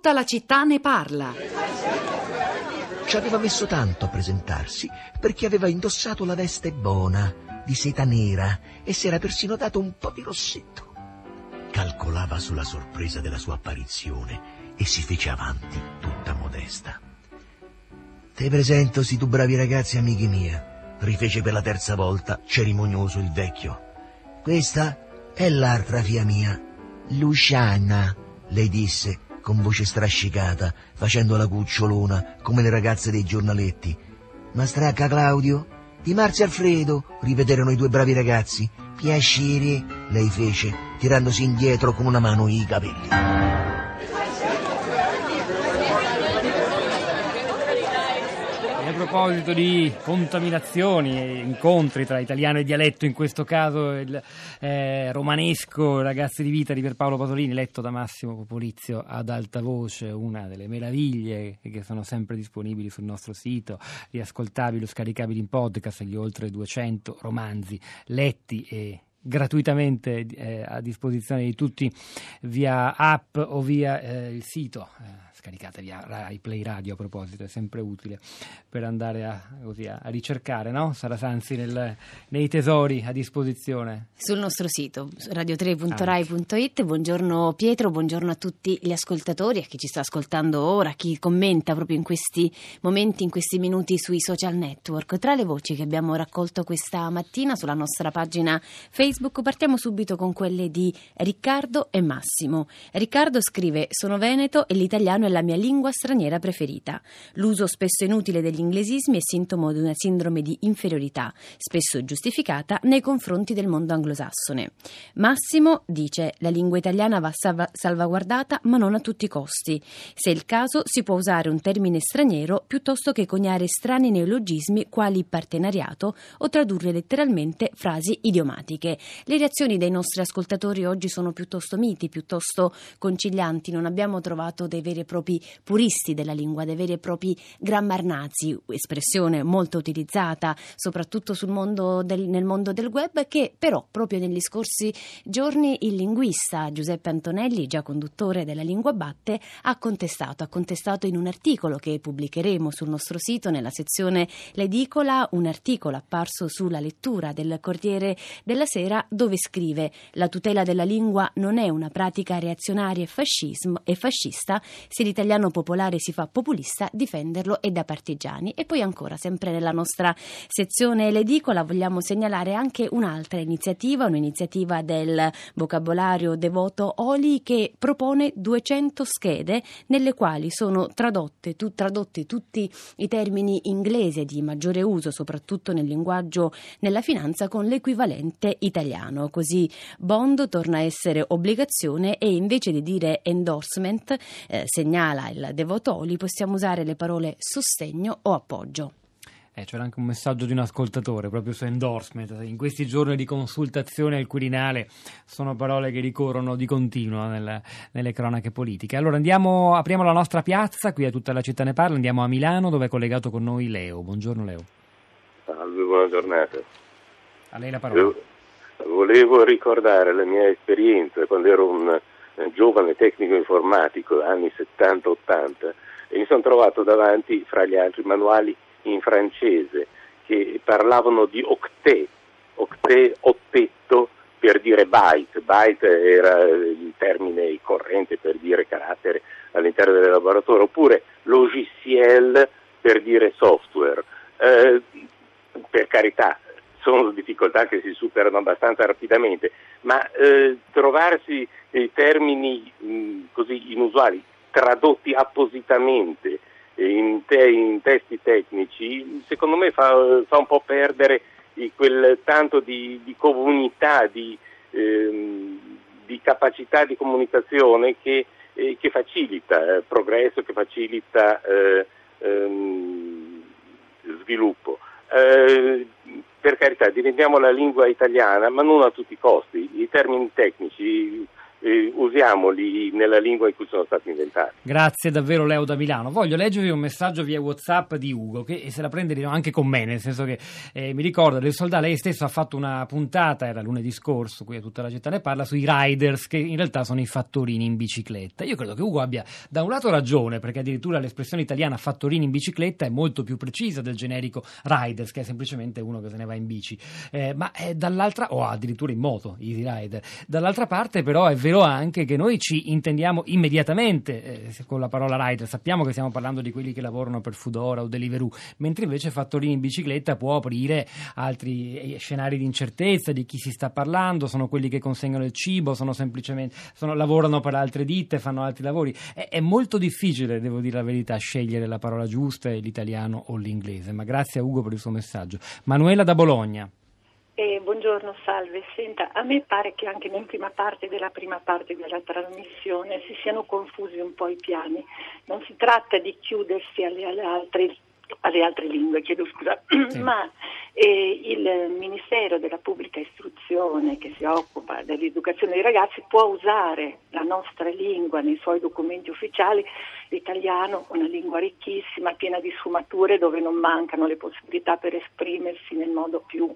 Tutta la città ne parla. Ci aveva messo tanto a presentarsi perché aveva indossato la veste bona, di seta nera, e si era persino dato un po' di rossetto. Calcolava sulla sorpresa della sua apparizione e si fece avanti tutta modesta. Te presento sti tu bravi ragazzi, amici mia, rifece per la terza volta cerimonioso il vecchio. Questa è l'altra figlia mia, Luciana, lei disse con voce strascicata, facendo la cucciolona come le ragazze dei giornaletti. Ma stracca Claudio? Di Marzio Alfredo, ripeterono i due bravi ragazzi. Piacere, lei fece, tirandosi indietro con una mano i capelli. A proposito di contaminazioni e incontri tra italiano e dialetto, in questo caso il romanesco Ragazzi di vita di Pierpaolo Pasolini, letto da Massimo Popolizio ad alta voce, una delle meraviglie che sono sempre disponibili sul nostro sito, riascoltabili o scaricabili in podcast, gli oltre 200 romanzi letti e gratuitamente a disposizione di tutti via app o via il sito. Scaricate via Rai Play Radio, a proposito, è sempre utile per andare a ricercare, no? Sara Sanzi, nei tesori a disposizione sul nostro sito radio3.rai.it. Buongiorno Pietro, buongiorno a tutti gli ascoltatori, a chi ci sta ascoltando ora, chi commenta proprio in questi momenti, in questi minuti sui social network. Tra le voci che abbiamo raccolto questa mattina sulla nostra pagina Facebook partiamo subito con quelle di Riccardo e Massimo. Riccardo scrive: sono veneto e l'italiano è la mia lingua straniera preferita. L'uso spesso inutile degli inglesismi è sintomo di una sindrome di inferiorità, spesso giustificata nei confronti del mondo anglosassone. Massimo dice: la lingua italiana va salvaguardata, ma non a tutti i costi. Se è il caso, si può usare un termine straniero piuttosto che coniare strani neologismi quali partenariato o tradurre letteralmente frasi idiomatiche. Le reazioni dei nostri ascoltatori oggi sono piuttosto miti, piuttosto concilianti. Non abbiamo trovato dei veri e propri puristi della lingua, dei veri e propri grammarnazi, espressione molto utilizzata soprattutto nel mondo del web, che però proprio negli scorsi giorni il linguista Giuseppe Antonelli, già conduttore della Lingua Batte, ha contestato in un articolo che pubblicheremo sul nostro sito nella sezione L'Edicola, un articolo apparso sulla lettura del Corriere della Sera, dove scrive: la tutela della lingua non è una pratica reazionaria e fascista. Se l'italiano popolare si fa populista, difenderlo è da partigiani. E poi ancora, sempre nella nostra sezione L'Edicola, vogliamo segnalare anche un'altra iniziativa, un'iniziativa del vocabolario Devoto Oli, che propone 200 schede nelle quali sono tradotti tutti i termini inglesi di maggiore uso, soprattutto nel linguaggio, nella finanza, con l'equivalente italiano. Così bond torna a essere obbligazione e invece di dire endorsement, segnala il Devotoli, possiamo usare le parole sostegno o appoggio. C'era anche un messaggio di un ascoltatore proprio su endorsement. In questi giorni di consultazione al Quirinale sono parole che ricorrono di continuo nelle cronache politiche. Allora apriamo la nostra piazza, qui a Tutta la città ne parla, andiamo a Milano, dove è collegato con noi Leo. Buongiorno Leo. Salve, buona giornata. A lei la parola. Volevo ricordare la mia esperienza quando ero un giovane tecnico informatico, anni 70-80, e mi sono trovato davanti, fra gli altri, manuali in francese che parlavano di ottetto per dire byte. Byte era il termine corrente per dire carattere all'interno del laboratorio, oppure logiciel per dire software. Per carità, sono difficoltà che si superano abbastanza rapidamente, ma trovarsi termini così inusuali tradotti appositamente in testi tecnici, secondo me fa un po' perdere quel tanto di comunità, di capacità di comunicazione che facilita progresso, che facilita sviluppo. Per carità, diventiamo la lingua italiana, ma non a tutti i costi. I termini tecnici usiamoli nella lingua in cui sono stati inventati. Grazie davvero Leo da Milano. Voglio leggervi un messaggio via WhatsApp di Ugo, che se la prende anche con me, nel senso che mi ricorda del soldato, lei stesso ha fatto una puntata, era lunedì scorso, qui a Tutta la città ne parla, sui riders, che in realtà sono i fattorini in bicicletta. Io credo che Ugo abbia da un lato ragione, perché addirittura l'espressione italiana fattorini in bicicletta è molto più precisa del generico riders, che è semplicemente uno che se ne va in bici, ma dall'altra, o addirittura in moto, easy rider. Dall'altra parte però è vero anche che noi ci intendiamo immediatamente con la parola rider, sappiamo che stiamo parlando di quelli che lavorano per Foodora o Deliveroo, mentre invece fattorini in bicicletta può aprire altri scenari di incertezza di chi si sta parlando, sono quelli che consegnano il cibo, sono semplicemente lavorano per altre ditte, fanno altri lavori. È molto difficile, devo dire la verità, scegliere la parola giusta, l'italiano o l'inglese, ma grazie a Ugo per il suo messaggio. Manuela da Bologna. Buongiorno, salve. Senta, a me pare che anche nella prima parte della trasmissione si siano confusi un po' i piani. Non si tratta di chiudersi alle altre lingue, chiedo scusa, sì. Ma il Ministero della Pubblica Istruzione, che si occupa dell'educazione dei ragazzi, può usare la nostra lingua nei suoi documenti ufficiali. L'italiano è una lingua ricchissima, piena di sfumature, dove non mancano le possibilità per esprimersi nel modo più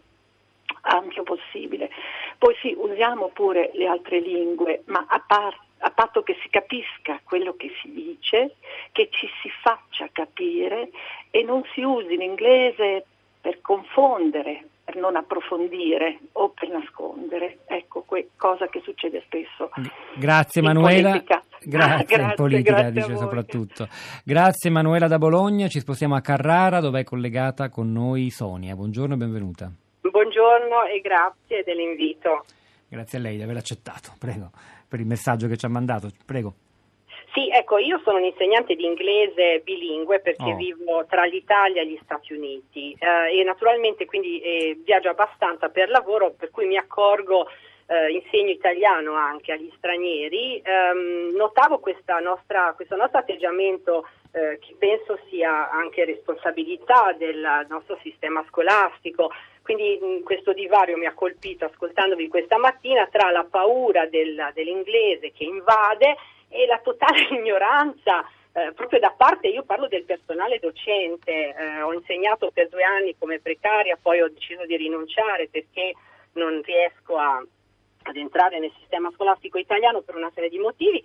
ampio possibile. Poi sì, usiamo pure le altre lingue, ma a patto che si capisca quello che si dice, che ci si faccia capire e non si usi l'inglese per confondere, per non approfondire o per nascondere. Ecco, cosa che succede spesso. Grazie Manuela. Grazie, in politica dice soprattutto. Grazie Manuela da Bologna, ci spostiamo a Carrara dove è collegata con noi Sonia. Buongiorno e benvenuta. Buongiorno e grazie dell'invito. Grazie a lei di aver accettato, prego, per il messaggio che ci ha mandato, prego. Sì, ecco, io sono un'insegnante di inglese bilingue perché vivo tra l'Italia e gli Stati Uniti e naturalmente quindi viaggio abbastanza per lavoro, per cui mi accorgo, insegno italiano anche agli stranieri. Notavo questo nostro atteggiamento che penso sia anche responsabilità del nostro sistema scolastico. Quindi questo divario mi ha colpito ascoltandovi questa mattina tra la paura dell'inglese che invade e la totale ignoranza proprio da parte, io parlo del personale docente, ho insegnato per 2 anni come precaria, poi ho deciso di rinunciare perché non riesco ad entrare nel sistema scolastico italiano per una serie di motivi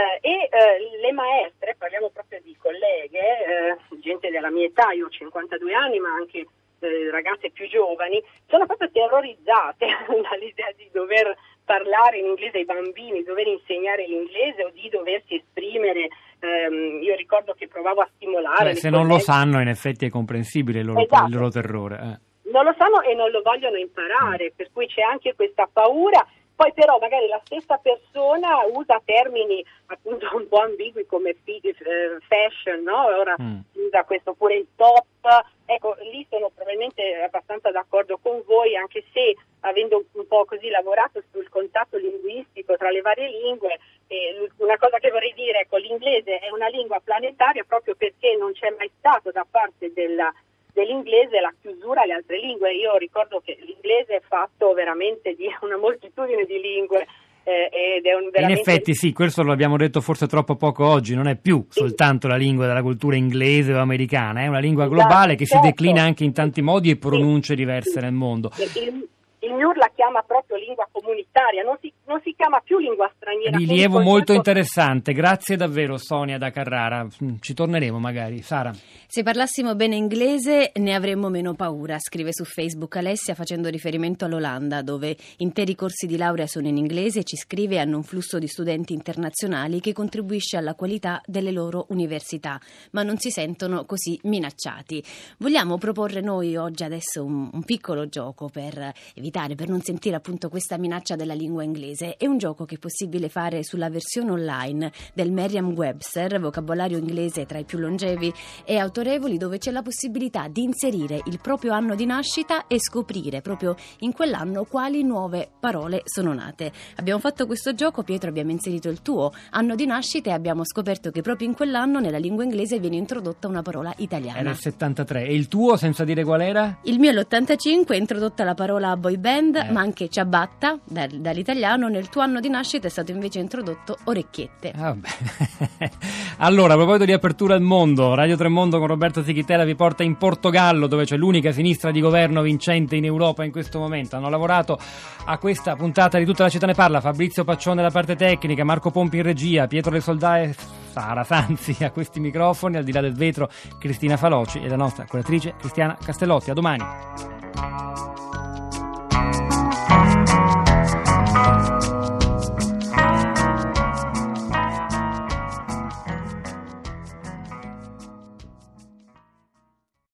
e le maestre, parliamo proprio di colleghe, gente della mia età, io ho 52 anni ma anche ragazze più giovani, sono proprio terrorizzate dall'idea di dover parlare in inglese ai bambini, dover insegnare l'inglese o di doversi esprimere. Io ricordo che provavo a stimolare. Se non lo sanno, in effetti è comprensibile il loro terrore. Non lo sanno e non lo vogliono imparare, per cui c'è anche questa paura. Poi però magari la stessa persona usa termini appunto un po' ambigui come fashion, no? Ora usa questo pure il top. Ecco, lì sono probabilmente abbastanza d'accordo con voi, anche se avendo un po' così lavorato sul contatto linguistico tra le varie lingue, una cosa che vorrei dire, ecco, l'inglese è una lingua planetaria proprio perché non c'è mai stato da parte dell'inglese la chiusura alle altre lingue. Io ricordo che l'inglese è fatto veramente di una moltitudine di lingue ed è veramente... In effetti sì, questo lo abbiamo detto forse troppo poco oggi, non è più soltanto la lingua della cultura inglese o americana, è una lingua globale che si declina anche in tanti modi e pronunce diverse nel mondo. Il MIUR la chiama proprio lingua comunitaria, non si chiama più lingua straniera. Rilievo molto interessante, grazie davvero Sonia da Carrara, ci torneremo magari. Sara. Se parlassimo bene inglese ne avremmo meno paura, scrive su Facebook Alessia facendo riferimento all'Olanda, dove interi corsi di laurea sono in inglese e ci scrive hanno un flusso di studenti internazionali che contribuisce alla qualità delle loro università, ma non si sentono così minacciati. Vogliamo proporre noi oggi adesso un piccolo gioco per non sentire appunto questa minaccia della lingua inglese. È un gioco che è possibile fare sulla versione online del Merriam-Webster, vocabolario inglese tra i più longevi e autorevoli, dove c'è la possibilità di inserire il proprio anno di nascita e scoprire proprio in quell'anno quali nuove parole sono nate. Abbiamo fatto questo gioco, Pietro, abbiamo inserito il tuo anno di nascita e abbiamo scoperto che proprio in quell'anno nella lingua inglese viene introdotta una parola italiana. Era il 73. E il tuo, senza dire qual era? Il mio è l'85, è introdotta la parola boy band, ma anche ciabatta dall'italiano, buono, nel tuo anno di nascita è stato invece introdotto orecchiette. Allora, a proposito di apertura al mondo, Radio 3 Mondo con Roberto Zichitella vi porta in Portogallo, dove c'è l'unica sinistra di governo vincente in Europa in questo momento. Hanno lavorato a questa puntata di Tutta la città ne parla Fabrizio Paccione alla parte tecnica, Marco Pompi in regia, Pietro Le Soldà e Sara Sanzi a questi microfoni, al di là del vetro Cristina Faloci e la nostra curatrice Cristiana Castellotti. A domani.